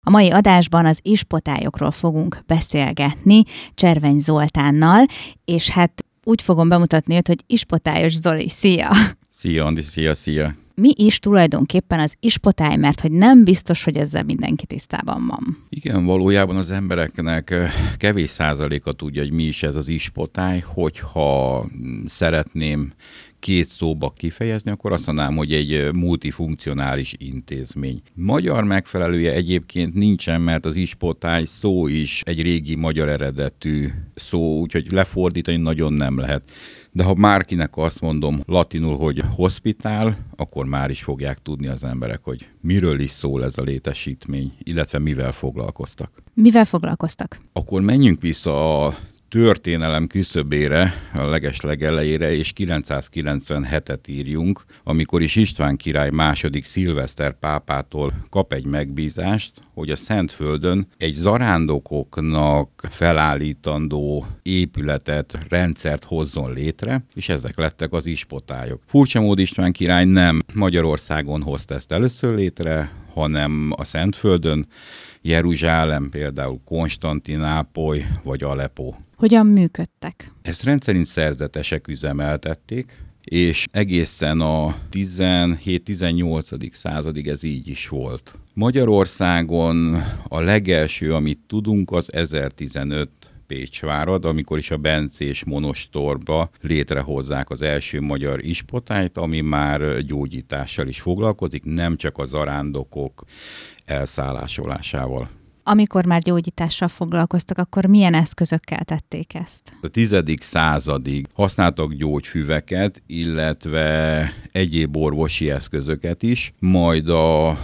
A mai adásban az ispotályokról fogunk beszélgetni Cserveny Zoltánnal, és hát úgy fogom bemutatni őt, hogy ispotályos Zoli. Szia! Szia, Andi, szia! Mi is tulajdonképpen az ispotály, mert hogy nem biztos, hogy ezzel mindenki tisztában van. Igen, valójában az embereknek kevés százaléka tudja, hogy mi is ez az ispotály, hogyha szeretném két szóba kifejezni, akkor azt mondanám, hogy egy multifunkcionális intézmény. Magyar megfelelője egyébként nincsen, mert az ispotály szó is egy régi magyar eredetű szó, úgyhogy lefordítani nagyon nem lehet. De ha bárkinek azt mondom latinul, hogy hospitál, akkor már is fogják tudni az emberek, hogy miről is szól ez a létesítmény, illetve mivel foglalkoztak. Mivel foglalkoztak? Akkor menjünk vissza a történelem küszöbére, a legeslegelejére, és 997-et írjunk, amikor is István király második Szilveszter pápától kap egy megbízást, hogy a Szentföldön egy zarándokoknak felállítandó épületet, rendszert hozzon létre, és ezek lettek az ispotályok. Furcsa mód István király nem Magyarországon hozta ezt először létre, hanem a Szentföldön, Jeruzsálem, például Konstantinápoly vagy Aleppo. Hogyan működtek? Ezt rendszerint szerzetesek üzemeltették, és egészen a 17-18. századig ez így is volt. Magyarországon a legelső, amit tudunk, az 1015 Pécsvárad, amikor is a bencés monostorba létrehozzák az első magyar ispotályt, ami már gyógyítással is foglalkozik, nem csak a zarándokok elszállásolásával. Amikor már gyógyítással foglalkoztak, akkor milyen eszközökkel tették ezt? A 10. századig használtak gyógyfüveket, illetve egyéb orvosi eszközöket is, majd a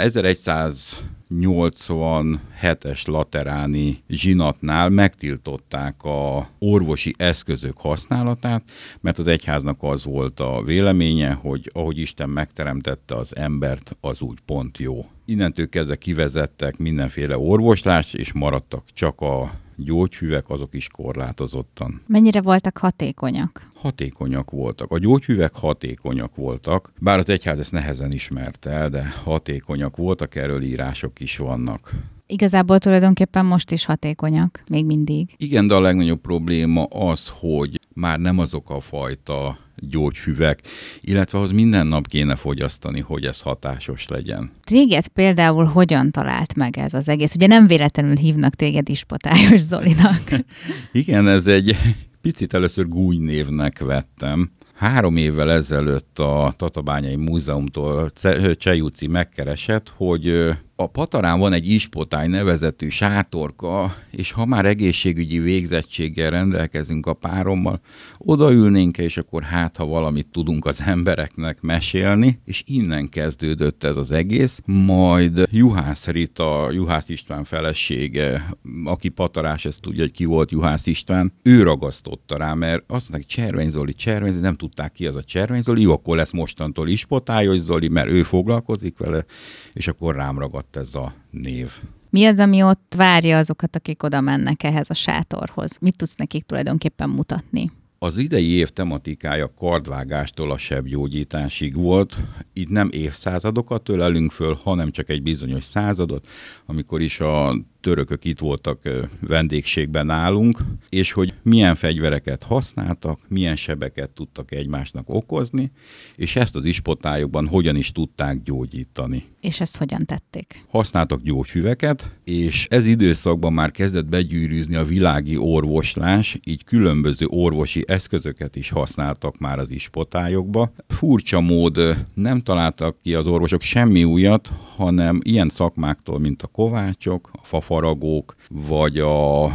1187-es lateráni zsinatnál megtiltották a orvosi eszközök használatát, mert az egyháznak az volt a véleménye, hogy ahogy Isten megteremtette az embert, az úgy pont jó. Innentől kezdve kivezettek mindenféle orvoslást, és maradtak csak a gyógyfüvek, azok is korlátozottan. Mennyire voltak hatékonyak? Hatékonyak voltak. A gyógyfüvek hatékonyak voltak, bár az egyház ezt nehezen ismerte el, de hatékonyak voltak, erről írások is vannak. Igazából tulajdonképpen most is hatékonyak, még mindig. Igen, de a legnagyobb probléma az, hogy már nem azok a fajta gyógyfüvek, illetve ahhoz minden nap kéne fogyasztani, hogy ez hatásos legyen. Téged például hogyan talált meg ez az egész? Ugye nem véletlenül hívnak téged ispotályos Zolinak. Igen, ez egy picit először gúnynévnek vettem. 3 évvel ezelőtt a Tatabányai Múzeumtól Csejuci megkeresett, hogy a Patarán van egy ispotály nevezetű sátorka, és ha már egészségügyi végzettséggel rendelkezünk a párommal, odaülnénk, és akkor hát, ha valamit tudunk az embereknek mesélni, és innen kezdődött ez az egész. Majd Juhász Rita, Juhász István felesége, aki patarás, ezt tudja, hogy ki volt Juhász István, ő ragasztotta rá, mert azt mondták, Cserveny Zoli, nem tudták ki az a Cserveny Zoli, jó, akkor lesz mostantól ispotályos Zoli, mert ő foglalkozik vele, és akkor rám ragadt ez a név. Mi az, ami ott várja azokat, akik oda mennek ehhez a sátorhoz? Mit tudsz nekik tulajdonképpen mutatni? Az idei év tematikája kardvágástól a sebgyógyításig volt. Itt nem évszázadokat ölelünk föl, hanem csak egy bizonyos századot, amikor is a törökök itt voltak vendégségben nálunk, és hogy milyen fegyvereket használtak, milyen sebeket tudtak egymásnak okozni, és ezt az ispotályokban hogyan is tudták gyógyítani. És ezt hogyan tették? Használtak gyógyfüveket, és ez időszakban már kezdett begyűrűzni a világi orvoslás, így különböző orvosi eszközöket is használtak már az ispotályokba. Furcsa mód nem találtak ki az orvosok semmi újat, hanem ilyen szakmáktól, mint a kovácsok, a fafaragók, vagy a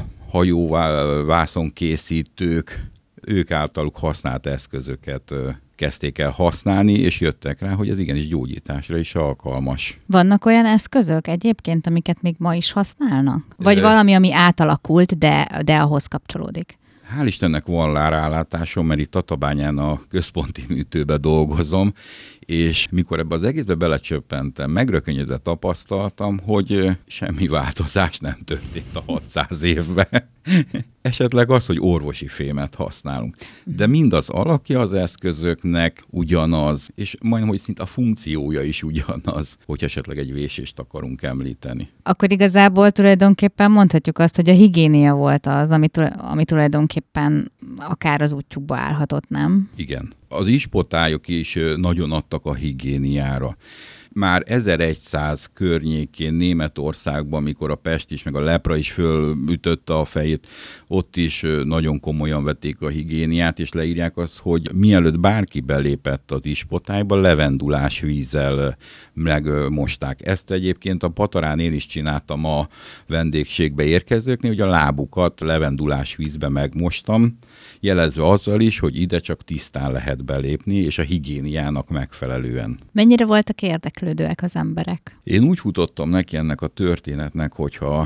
hajóvászonkészítők, ők általuk használt eszközöket kezdték el használni, és jöttek rá, hogy ez igenis gyógyításra is alkalmas. Vannak olyan eszközök egyébként, amiket még ma is használnak? Vagy valami, ami átalakult, de ahhoz kapcsolódik? Hál' Istennek van rálátásom, mert itt Tatabányán a központi műtőbe dolgozom, és mikor ebbe az egészbe belecsöppentem, megrökönyödve tapasztaltam, hogy semmi változás nem történt a 600 évben. Esetleg az, hogy orvosi fémet használunk. De mind az alakja az eszközöknek ugyanaz, és majdnem, hogy szinte a funkciója is ugyanaz, hogy esetleg egy vésést akarunk említeni. Akkor igazából tulajdonképpen mondhatjuk azt, hogy a higiénia volt az, ami tulajdonképpen akár az útjukba állhatott, nem? Igen. Az ispotályok is nagyon adtak a higiéniára. Már 1100 környékén Németországban, amikor a pest is, meg a lepra is fölütötte a fejét, ott is nagyon komolyan vették a higiéniát, és leírják azt, hogy mielőtt bárki belépett az ispotályba, levendulás vízzel megmosták. Ezt egyébként a Patarán én is csináltam a vendégségbe érkezőknél, hogy a lábukat levendulás vízbe megmostam, jelezve azzal is, hogy ide csak tisztán lehet belépni, és a higiéniának megfelelően. Mennyire voltak érdeklődőek az emberek? Én úgy futottam neki ennek a történetnek, hogyha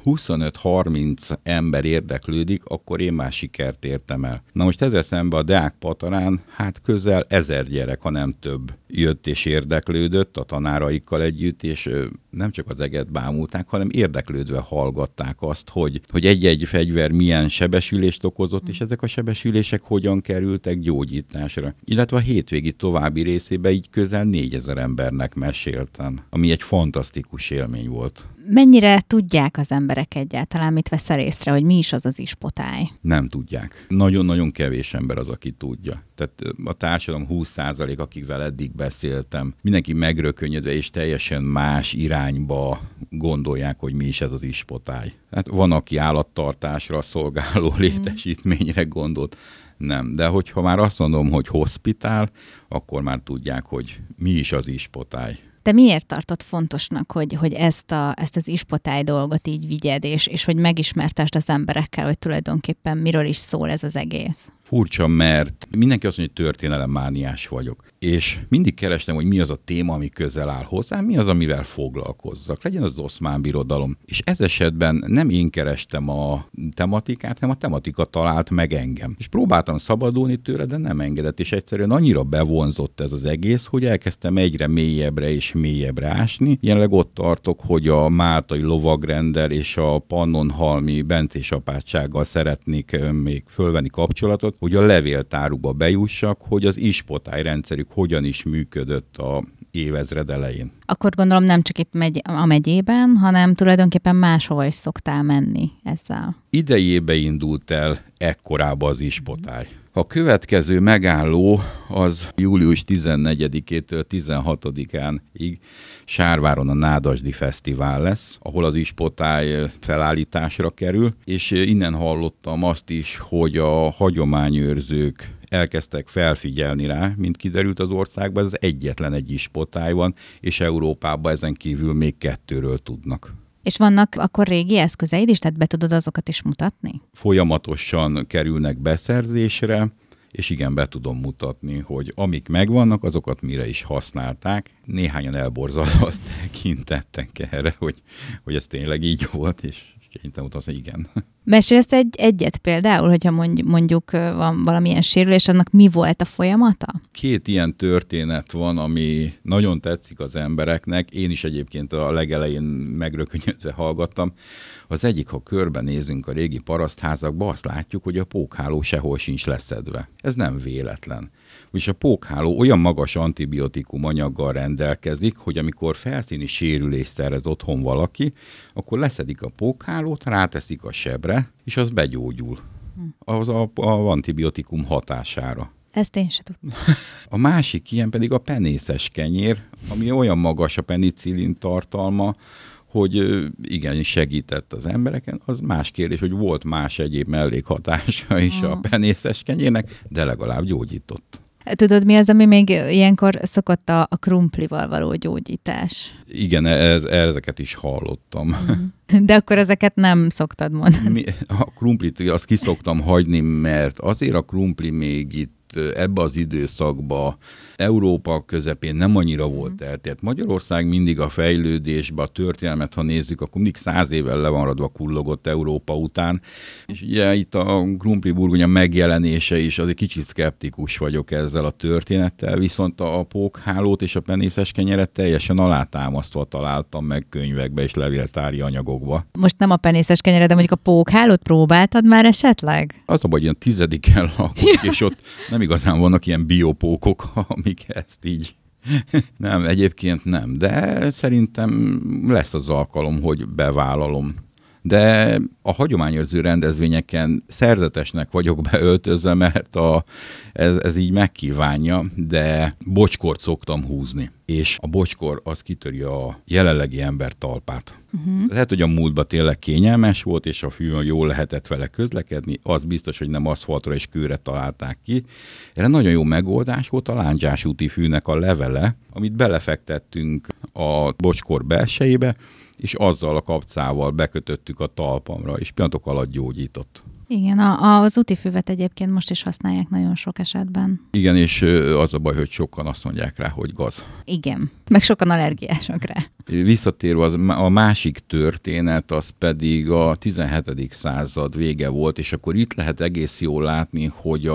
25-30 ember érdeklődik, akkor én már sikert értem el. Na most ezzel szemben a Deák Patarán, hát közel 1000 gyerek, ha nem több jött és érdeklődött a tanáraikkal együtt, és nem csak az eget bámulták, hanem érdeklődve hallgatták azt, hogy egy-egy fegyver milyen sebesülést okozott, és ezek a sebesülések hogyan kerültek gyógyításra. Illetve a hétvégi további részében így közel 4000 embernek meséltem, ami egy fantasztikus élmény volt. Mennyire tudják az emberek egyáltalán, mit veszel észre, hogy mi is az az ispotály? Nem tudják. Nagyon-nagyon kevés ember az, aki tudja. Tehát a társadalom 20%, akikvel eddig beszéltem, mindenki megrökönyödve és teljesen más irányba gondolják, hogy mi is ez az ispotály. Hát van, aki állattartásra szolgáló létesítményre gondolt, nem. De hogyha már azt mondom, hogy hospitál, akkor már tudják, hogy mi is az ispotály. Te miért tartod fontosnak, hogy ezt az ispotály dolgot így vigyed, és hogy megismertesd az emberekkel, hogy tulajdonképpen miről is szól ez az egész? Furcsa, mert mindenki azt mondja, hogy történelemmániás vagyok. És mindig kerestem, hogy mi az a téma, ami közel áll hozzám, mi az, amivel foglalkozzak. Legyen az Oszmán Birodalom. És ez esetben nem én kerestem a tematikát, hanem a tematika talált meg engem. És próbáltam szabadulni tőle, de nem engedett. És egyszerűen annyira bevonzott ez az egész, hogy elkezdtem egyre mélyebbre és mélyebbre ásni. Jelenleg ott tartok, hogy a máltai lovagrenddel és a pannonhalmi bencés apátsággal szeretnék még fölvenni kapcsolatot, hogy a levéltárukba bejussak, hogy az ispotály rendszerük hogyan is működött a évezred elején. Akkor gondolom nem csak itt a megyében, hanem tulajdonképpen máshova is szoktál menni ezzel. Idejébe indult el ekkorába az ispotály. A következő megálló az július 14-től 16-ánig Sárváron a Nádasdi Fesztivál lesz, ahol az ispotály felállításra kerül, és innen hallottam azt is, hogy a hagyományőrzők elkezdtek felfigyelni rá, mint kiderült az országban, ez egyetlen egy ispotály van, és Európában ezen kívül még 2-ről tudnak. És vannak akkor régi eszközeid is, tehát be tudod azokat is mutatni? Folyamatosan kerülnek beszerzésre, és igen, be tudom mutatni, hogy amik megvannak, azokat mire is használták. Néhányan elborzadva tekintettek erre, hogy ez tényleg így volt, és kénytelen mutatni, hogy igen. Mesélsz egyet például, hogyha mondjuk van valamilyen sérülés, annak mi volt a folyamata? 2 ilyen történet van, ami nagyon tetszik az embereknek. Én is egyébként a legelején megrökönyödve hallgattam. Az egyik, ha körbenézünk a régi parasztházakba, azt látjuk, hogy a pókháló sehol sincs leszedve. Ez nem véletlen. És a pókháló olyan magas antibiotikum anyaggal rendelkezik, hogy amikor felszíni sérülést szerez otthon valaki, akkor leszedik a pókhálót, ráteszik a sebre, és az begyógyul az antibiotikum hatására. Ezt én sem tudom. A másik ilyen pedig a penészes kenyér, ami olyan magas a penicillin tartalma, hogy igen, segített az embereken. Az más kérdés, hogy volt más egyéb mellékhatása is a penészes kenyérnek, de legalább gyógyított. Tudod, mi az, ami még ilyenkor szokott a krumplival való gyógyítás? Igen, ezeket is hallottam. De akkor ezeket nem szoktad mondani. A krumplit azt ki szoktam hagyni, mert azért a krumpli még itt ebbe az időszakba Európa közepén nem annyira volt eltért. Magyarország mindig a fejlődésbe, a történelmet, ha nézzük, akkor mindig 100 évvel le van maradva, kullogott Európa után. És ugye itt a krumpli-burgonya megjelenése is, azért kicsit szkeptikus vagyok ezzel a történettel, viszont a pókhálót és a penészes kenyeret teljesen alátámasztva találtam meg könyvekbe és levéltári anyagokba. Most nem a penészes kenyeret, de mondjuk a pókhálót próbáltad már esetleg? Az a baj, ilyen 10-en lakunk, és ott nem igazán vannak ilyen biopókok, amik ezt így... Nem, egyébként nem, de szerintem lesz az alkalom, hogy bevállalom. De a hagyományőrző rendezvényeken szerzetesnek vagyok beöltözve, mert ez így megkívánja, de bocskort szoktam húzni. És a bocskor az kitöri a jelenlegi ember talpát. Lehet, hogy a múltban tényleg kényelmes volt, és a fű jól lehetett vele közlekedni, az biztos, hogy nem aszfaltra és kőre találták ki. Erre nagyon jó megoldás volt a lándzsás úti fűnek a levele, amit belefektettünk a bocskor belsejébe, és azzal a kapcával bekötöttük a talpamra, és pillanatok alatt gyógyított. Igen, az útifüvet egyébként most is használják nagyon sok esetben. Igen, és az a baj, hogy sokan azt mondják rá, hogy gaz. Igen, meg sokan allergiások rá. Visszatérve a másik történet, az pedig a 17. század vége volt, és akkor itt lehet egész jól látni, hogy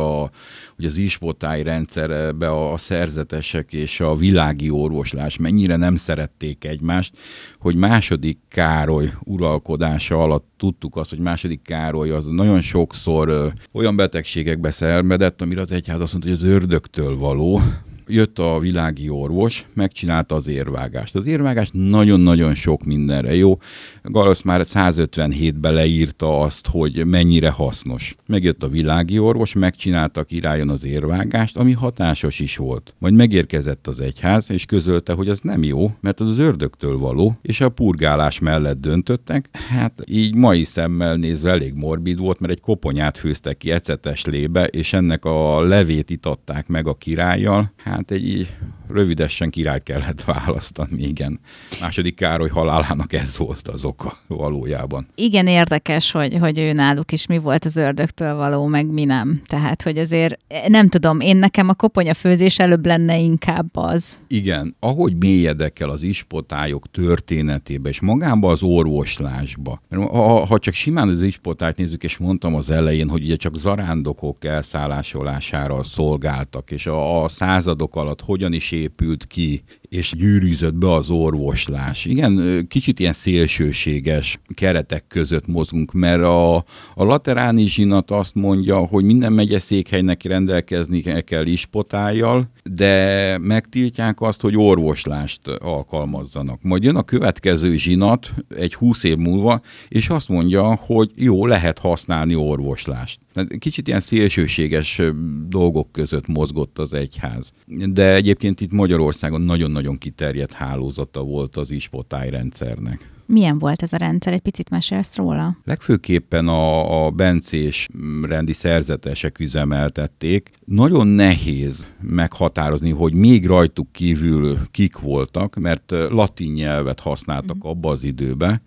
az ispotály rendszerbe a szerzetesek és a világi orvoslás mennyire nem szerették egymást, hogy második Károly uralkodása alatt tudtuk azt, hogy második Károly az nagyon sokszor olyan betegségekbe szenvedett, amire az egyház azt mondta, hogy az ördögtől való. Jött a világi orvos, megcsinálta az érvágást. Az érvágás nagyon-nagyon sok mindenre jó. Galosz már 157-ben leírta azt, hogy mennyire hasznos. Megjött a világi orvos, megcsinálta királyon az érvágást, ami hatásos is volt. Majd megérkezett az egyház, és közölte, hogy az nem jó, mert az ördögtől való, és a purgálás mellett döntöttek. Hát így mai szemmel nézve elég morbid volt, mert egy koponyát főztek ki eceteslébe, és ennek a levét itatták meg a királlyal. Hát egy rövidesen királyt kellett választani, igen. Második Károly halálának ez volt az oka valójában. Igen, érdekes, hogy ő náluk is mi volt az ördögtől való, meg mi nem. Tehát, hogy azért nem tudom, nekem a koponyafőzés előbb lenne inkább az. Igen, ahogy mélyedek el az ispotályok történetébe, és magába az orvoslásba. Ha csak simán az ispotályt nézzük, és mondtam az elején, hogy ugye csak zarándokok elszállásolására szolgáltak, és a századok alatt hogyan is épült ki, és gyűrűzött be az orvoslás. Igen, kicsit ilyen szélsőséges keretek között mozgunk, mert a lateráni zsinat azt mondja, hogy minden megyeszékhelynek rendelkezni kell ispotállyal, de megtiltják azt, hogy orvoslást alkalmazzanak. Majd jön a következő zsinat egy 20 év múlva, és azt mondja, hogy jó, lehet használni orvoslást. Kicsit ilyen szélsőséges dolgok között mozgott az egyház. De egyébként itt Magyarországon nagyon-nagyon kiterjedt hálózata volt az ispotályrendszernek. Milyen volt ez a rendszer? Egy picit mesélsz róla? Legfőképpen a bencés rendi szerzetesek üzemeltették. Nagyon nehéz meghatározni, hogy még rajtuk kívül kik voltak, mert latin nyelvet használtak abba az időbe,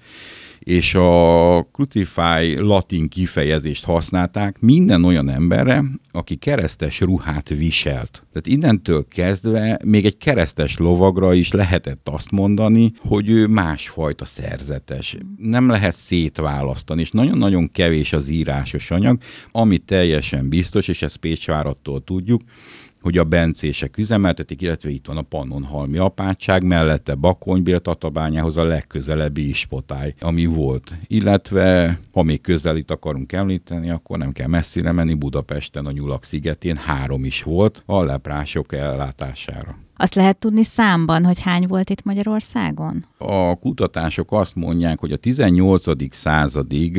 és a crucify latin kifejezést használták minden olyan emberre, aki keresztes ruhát viselt. Tehát innentől kezdve még egy keresztes lovagra is lehetett azt mondani, hogy ő másfajta szerzetes. Nem lehet szétválasztani, és nagyon-nagyon kevés az írásos anyag, ami teljesen biztos, és ezt Pécsváradtól tudjuk, hogy a bencések üzemeltetik, illetve itt van a Pannonhalmi apátság, mellette Bakonybél Tatabányához a legközelebbi ispotály, ami volt. Illetve, ha még közelít akarunk említeni, akkor nem kell messzire menni, Budapesten, a Nyulak szigetén 3 is volt a leprások ellátására. Azt lehet tudni számban, hogy hány volt itt Magyarországon? A kutatások azt mondják, hogy a 18. századig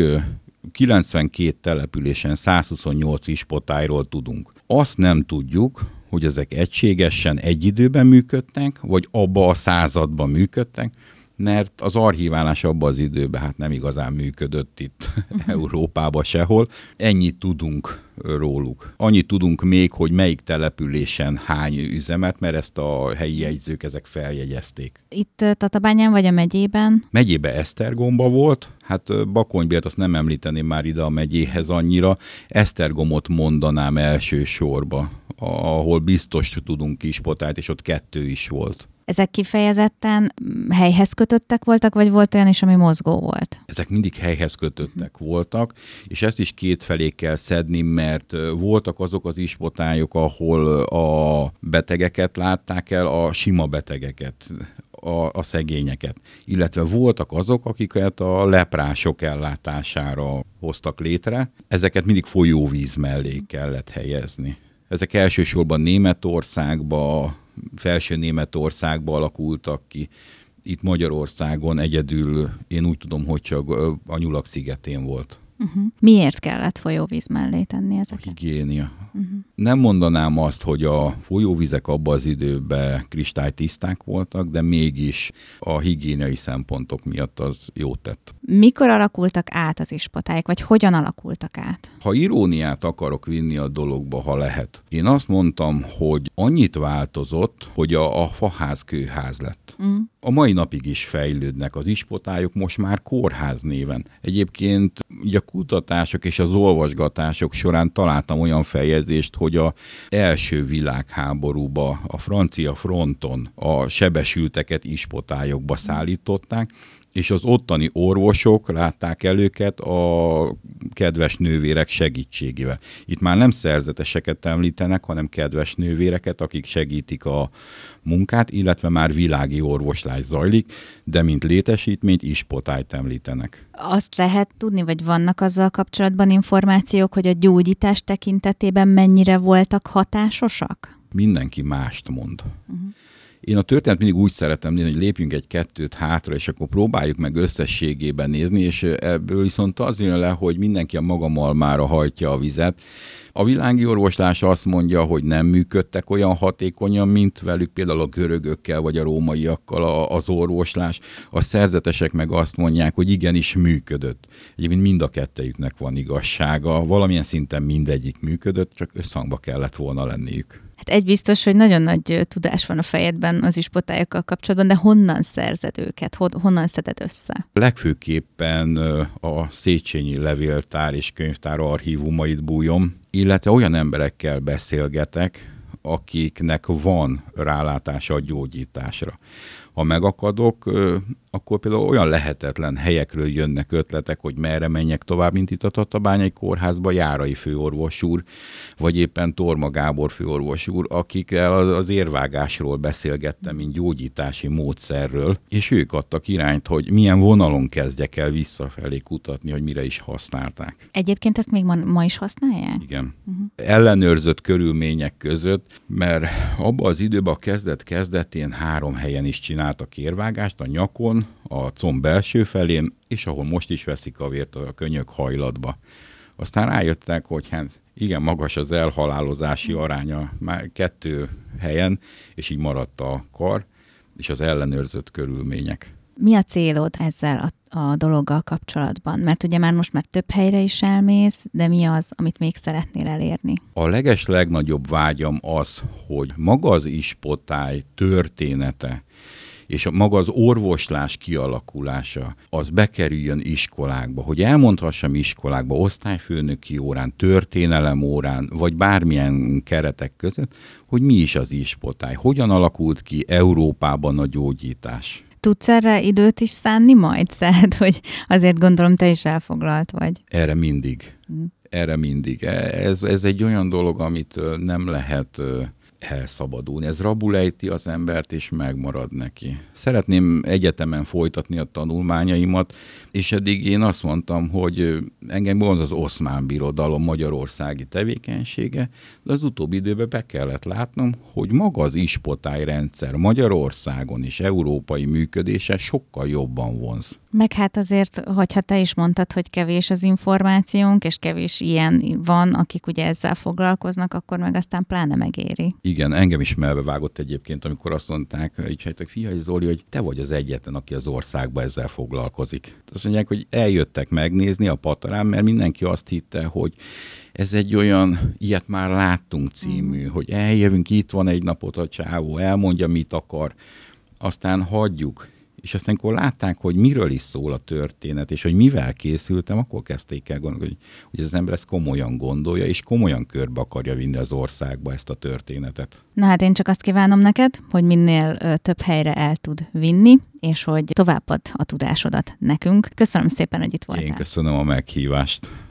92 településen 128 ispotályról tudunk. Azt nem tudjuk, hogy ezek egységesen egy időben működtek, vagy abba a században működtek, mert az archiválás abban az időben hát nem igazán működött itt Európában sehol. Ennyit tudunk róluk. Annyit tudunk még, hogy melyik településen hány üzemet, mert ezt a helyi jegyzők ezek feljegyezték. Itt Tatabányán vagy a megyében? Megyében Esztergomba volt, hát Bakonybélt azt nem említeném már ide a megyéhez annyira, Esztergomot mondanám első sorba ahol biztos tudunk ispotályt, és ott 2 is volt. Ezek kifejezetten helyhez kötöttek voltak, vagy volt olyan is, ami mozgó volt? Ezek mindig helyhez kötöttek voltak, és ezt is kétfelé kell szedni, mert voltak azok az ispotályok, ahol a betegeket látták el, a sima betegeket, a szegényeket. Illetve voltak azok, akiket a leprások ellátására hoztak létre. Ezeket mindig folyóvíz mellé kellett helyezni. Ezek elsősorban Németországba, felső Németországba alakultak ki. Itt Magyarországon egyedül, én úgy tudom, hogy csak a Nyulak szigetén volt. Miért kellett folyóvíz mellé tenni ezeket? A higiénia. Nem mondanám azt, hogy a folyóvizek abban az időben kristálytiszták voltak, de mégis a higiéniai szempontok miatt az jót tett. Mikor alakultak át az ispotályok, vagy hogyan alakultak át? Ha iróniát akarok vinni a dologba, ha lehet. Én azt mondtam, hogy annyit változott, hogy a faház kőház lett. A mai napig is fejlődnek az ispotályok, most már kórház néven. Egyébként ugye a kutatások és az olvasgatások során találtam olyan feljegyzést, hogy az első világháborúban a francia fronton a sebesülteket ispotályokba szállították, és az ottani orvosok látták el őket a kedves nővérek segítségével. Itt már nem szerzeteseket említenek, hanem kedves nővéreket, akik segítik a munkát, illetve már világi orvoslás zajlik, de mint létesítményt ispotályt említenek. Azt lehet tudni, vagy vannak azzal kapcsolatban információk, hogy a gyógyítás tekintetében mennyire voltak hatásosak? Mindenki mást mond. Én a történet mindig úgy szeretem nézni, hogy lépjünk 1-2 hátra, és akkor próbáljuk meg összességében nézni, és ebből viszont az jön le, hogy mindenki a maga malmára hajtja a vizet. A világi orvoslás azt mondja, hogy nem működtek olyan hatékonyan, mint velük például a görögökkel vagy a rómaiakkal az orvoslás. A szerzetesek meg azt mondják, hogy igenis működött. Egyébként mind a kettejüknek van igazsága, valamilyen szinten mindegyik működött, csak összhangba kellett volna lenniük. Hát egy biztos, hogy nagyon nagy tudás van a fejedben az ispotályokkal kapcsolatban, de honnan szerzed őket? Honnan szeded össze? Legfőképpen a Széchenyi levéltár és könyvtár archívumait bújom, illetve olyan emberekkel beszélgetek, akiknek van rálátása a gyógyításra. Ha megakadok, akkor például olyan lehetetlen helyekről jönnek ötletek, hogy merre menjek tovább, mint itt a Tatabányai Kórházba Járai főorvos úr, vagy éppen Torma Gábor főorvos úr, akikkel az érvágásról beszélgettem, mint gyógyítási módszerről, és ők adtak irányt, hogy milyen vonalon kezdjek el visszafelé kutatni, hogy mire is használták. Egyébként ezt még ma is használják? Igen. Ellenőrzött körülmények között, mert abban az időben a kezdet-kezdetén 3 helyen is csináltak érvágást, a nyakon, a comb belső felén, és ahol most is veszik a vért, a könyök hajlatba. Aztán rájöttek, hogy hát igen, magas az elhalálozási aránya már 2 helyen, és így maradt a kar, és az ellenőrzött körülmények. Mi a célod ezzel a dologgal kapcsolatban? Mert ugye most már több helyre is elmész, de mi az, amit még szeretnél elérni? A legnagyobb vágyam az, hogy maga az ispotály története, és maga az orvoslás kialakulása, az bekerüljön iskolákba, hogy elmondhassam iskolákba, osztályfőnöki órán, történelem órán, vagy bármilyen keretek között, hogy mi is az ispotály, hogyan alakult ki Európában a gyógyítás. Tudsz erre időt is szánni majd? Tehát, hogy azért gondolom, te is elfoglalt vagy. Erre mindig. Ez egy olyan dolog, amit nem lehet elszabadulni. Ez rabulejti az embert, és megmarad neki. Szeretném egyetemen folytatni a tanulmányaimat, és eddig én azt mondtam, hogy engem van az Oszmán Birodalom magyarországi tevékenysége, de az utóbbi időben be kellett látnom, hogy maga az ispotályrendszer Magyarországon és európai működése sokkal jobban vonz. Meg hát azért, hogyha te is mondtad, hogy kevés az információnk, és kevés ilyen van, akik ugye ezzel foglalkoznak, akkor meg aztán pláne megéri. Igen, engem is melbevágott egyébként, amikor azt mondták, hogy Fiai Zoli, hogy te vagy az egyetlen, aki az országban ezzel foglalkozik. Azt mondják, hogy eljöttek megnézni a Patarán, mert mindenki azt hitte, hogy ez egy olyan, ilyet már láttunk című, hogy eljövünk, itt van egy napot a csávó, elmondja, mit akar, aztán hagyjuk. és aztán, amikor látták, hogy miről is szól a történet, és hogy mivel készültem, akkor kezdték el gondolni, hogy az ember ezt komolyan gondolja, és komolyan körbe akarja vinni az országba ezt a történetet. Na hát én csak azt kívánom neked, hogy minél több helyre el tud vinni, és hogy továbbad a tudásodat nekünk. Köszönöm szépen, hogy itt voltál. Én köszönöm a meghívást.